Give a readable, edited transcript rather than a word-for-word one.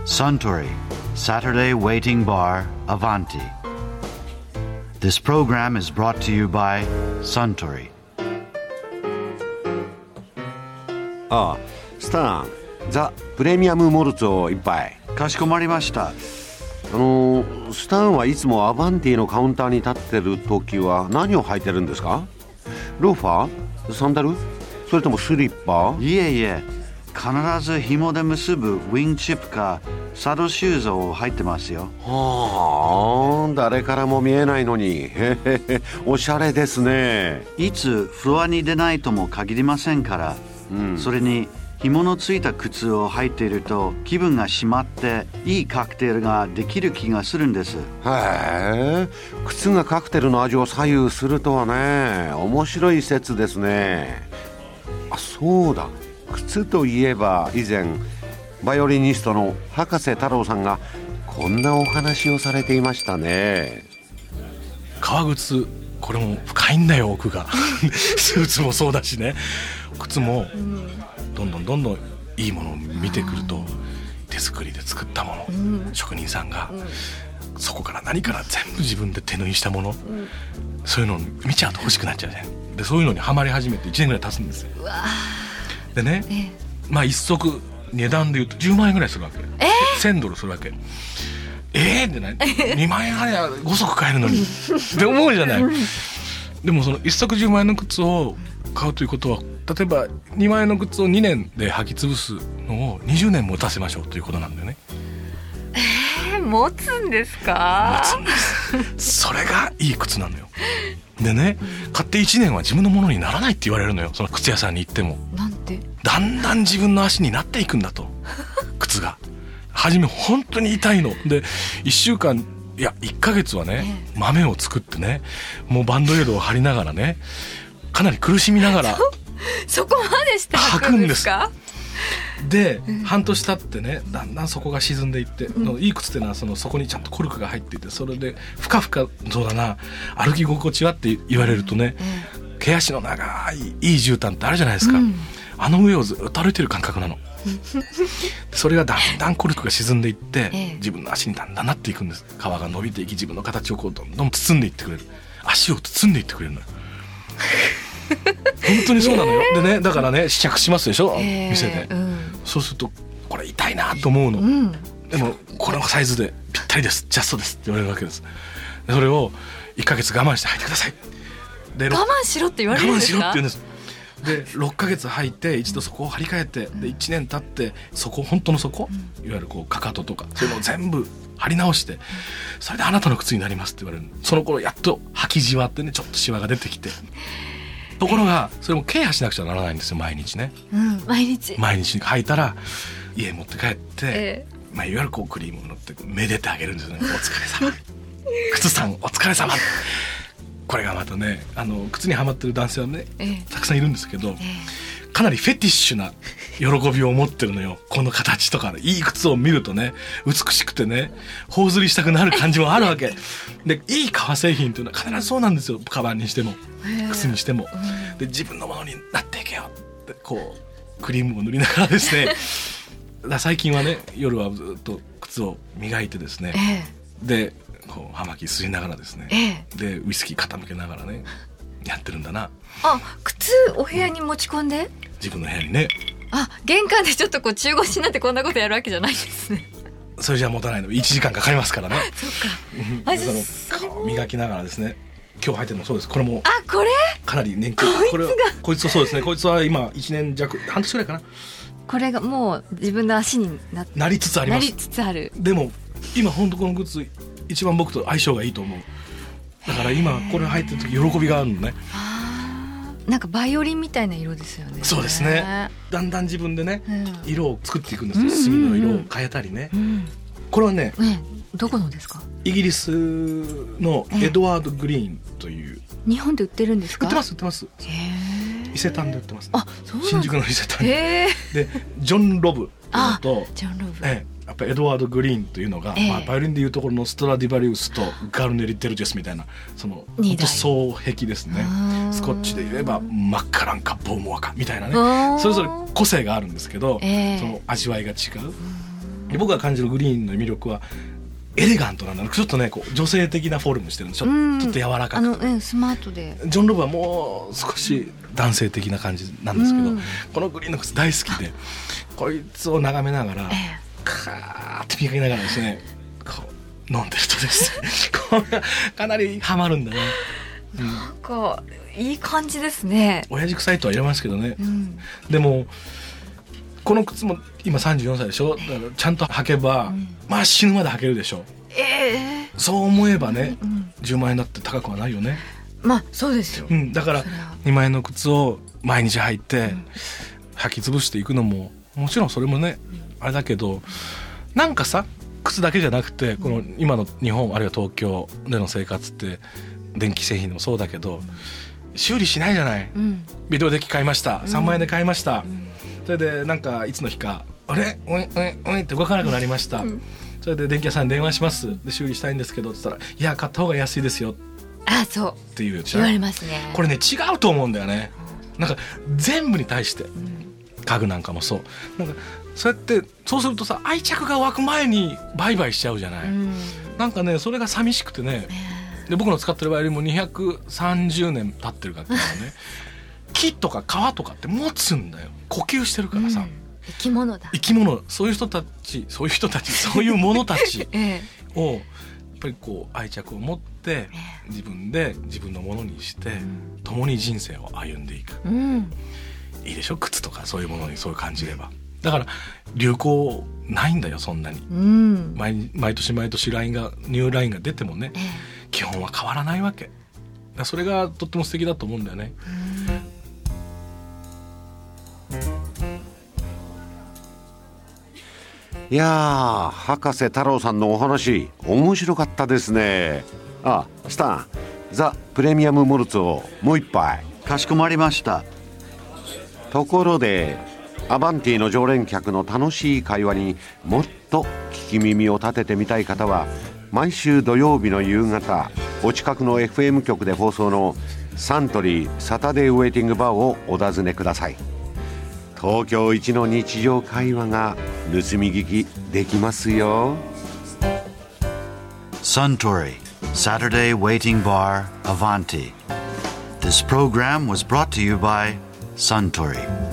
Suntory Saturday Waiting Bar Avanti. This program is brought to you by Suntory. ああ、スタン、ザ・プレミアムモルツを一杯。 かしこまりました。 スタンはいつもアバンティのカウンターに立ってる時は何を履いてるんですか？ローファー？サンダル？それともスリッパ？ いえいえ、必ず紐で結ぶウィングチップかサドルシューズを履いてますよ。 はあ、誰からも見えないのに。へへへ、おしゃれですね。 いつフロアに出ないとも限りませんから、それに紐のついた靴を履いていると気分が締まっていいカクテルができる気がするんです。 へえ、靴がカクテルの味を左右するとはね、面白い説ですね。あ、そうだ、靴といえば以前バイオリニストの葉加瀬太郎さんがこんなお話をされていましたね。 革靴、これも深いんだよ、奥がスーツもそうだしね、靴もどんどんいいものを見てくると、手作りで作ったもの、職人さんが、そこから何から全部自分で手縫いしたもの、そういうのを見ちゃうと欲しくなっちゃうじゃん。でそういうのにハマり始めて1年ぐらい経つんですよ。でね、まあ一足値段で言うと10万円ぐらいするわけ、1000ドルするわけ。ってない2万円あれば5足買えるのにって思うじゃない。でもその1足10万円の靴を買うということは、例えば2万円の靴を2年で履き潰すのを20年持たせましょうということなんだよね。 持つんですか？ 持つんです。それがいい靴なのよ。でね、買って1年は自分のものにならないって言われるのよ、その靴屋さんに行っても。 なんて？ だんだん自分の足になっていくんだと靴が。初め本当に痛いので、1週間いや1ヶ月はね、豆を作ってね、もうバンドエイドを貼りながらね、かなり苦しみながらそこまでして履くんですか？ で、半年経ってね、だんだん底が沈んでいって、いい靴ってのはそこにちゃんとコルクが入っていて、それでふかふか、そうだな、歩き心地はって言われるとね、毛足の長いいい絨毯ってあるじゃないですか、あの上をずっと歩いてる感覚なのそれがだんだんコルクが沈んでいって、自分の足にだんだんなっていくんです。皮が伸びていき、自分の形をこうどんどん包んでいってくれる、足を包んでいってくれるのよ本当にそうなのよ。でね、だからね、試着しますでしょ、店で、そうするとこれ痛いなと思うの、でもこのサイズでぴったりです、ジャストですって言われるわけです。でそれを1ヶ月我慢して履いてください。で我慢しろって言われるんですか？ 我慢しろって言うんです。で6ヶ月履いて一度そこを張り替えて、で1年経ってそこ、本当の底、いわゆるこうかかととかそういうのを全部張り直して、それであなたの靴になりますって言われる。その頃やっと履きじわってね、ちょっとシワが出てきて、ところがそれもケアしなくちゃならないんですよ、毎日ね、 毎日履いたら家持って帰って、いわゆるこうクリームを塗ってめでてあげるんですよね。お疲れ様靴さんお疲れ様これがまたね、靴にはまってる男性はね、たくさんいるんですけど、かなりフェティッシュな喜びを持ってるのよ。この形とか、いい靴を見るとね、美しくてね、頬ずりしたくなる感じもあるわけで、いい革製品というのは必ずそうなんですよ。カバンにしても靴にしても、で自分のものになっていけよってこうクリームを塗りながらですね最近はね、夜はずっと靴を磨いてですね、でこう葉巻吸いながらですね、でウイスキー傾けながらねやってるんだな。 靴お部屋に持ち込んで、 自分の部屋にね、 玄関でちょっとこう中腰になってこんなことやるわけじゃないですね。 それじゃ持たないの、1時間かかりますからねそっか。 顔磨きながらですね、今日履いてるのそうです。これもこれかなり年季、こいつはそうですね、こいつは今1年弱、半年ぐらいかな。これがもう自分の足になりつつあります。 なりつつある。 でも今本当この靴一番僕と相性がいいと思う。だから今これ履いてる時喜びがあるのね。 なんかバイオリンみたいな色ですよね。 そうですね。だんだん自分でね、色を作っていくんですよ。墨の色を変えたりね、これはね、 どこのですか？ イギリスのエドワード・グリーンという、 日本で売ってるんですか？ 売ってます。伊勢丹で売ってます、新宿の伊勢丹でジョン・ロブとジョン・ロブ、 やっぱエドワード・グリーンというのが、バイオリンでいうところのストラディバリウスとガルネリ・デルジェスみたいな、その本当双璧ですね。スコッチで言えばマッカランかボーモアかみたいなね、それぞれ個性があるんですけど、その味わいが違う。 で僕が感じるグリーンの魅力はエレガントなんだ。ちょっとねこう女性的なフォルムしてるんです。ちょっと柔らかくスマートで。 ジョン・ロブはもう少し男性的な感じなんですけど、このグリーンの靴大好きで、こいつを眺めながら、カーって磨きながらですね、こう飲んでるとですねこれがかなりハマるんだね。 なんかいい感じですね。 親父臭いとは言いますけどね、でもこの靴も今34歳でしょ。だからちゃんと履けば、まあ死ぬまで履けるでしょ。そう思えばね、10万円だって高くはないよね。 まあそうですよ、 だから2万円の靴を毎日履いて、履き潰していくのももちろんそれもね、あれだけど、なんかさ靴だけじゃなくて、この今の日本あるいは東京での生活って電気製品もそうだけど、修理しないじゃない、ビデオデッキ買いました、3万円で買いました、それでなんかいつの日かあれおいって動かなくなりました、それで電気屋さんに電話します、で修理したいんですけどって言ったら、いや買った方が安いですよそうっていう言われますね。 これね違うと思うんだよね。なんか全部に対して、家具なんかもそう、なんかそうやってそうするとさ、愛着が湧く前に売買しちゃうじゃない、なんかねそれが寂しくてね、で僕の使ってる場合よりも230年経ってるからね木とか皮とかって持つんだよ、呼吸してるからさ、 生き物だ、 生き物、そういう人たちそういうものたちをやっぱりこう愛着を持って自分で自分のものにして共に人生を歩んでいく、いいでしょ。靴とかそういうものにそう感じれば、だから流行ないんだよそんなに、毎年ニューラインが出てもね、基本は変わらないわけだから、それがとっても素敵だと思うんだよね。 いやー、博士太郎さんのお話面白かったですね。スタン、ザ・プレミアムモルツをもう一杯。 かしこまりました。 ところでアバンティの常連客の楽しい会話にもっと聞き耳を立ててみたい方は、毎週土曜日の夕方お近くの FM 局で放送のサントリーサタデーウェイティングバーをお尋ねください。東京一の日常会話が盗み聞きできますよ。 Suntory Saturday Waiting Bar Avanti. This program was brought to you by Suntory.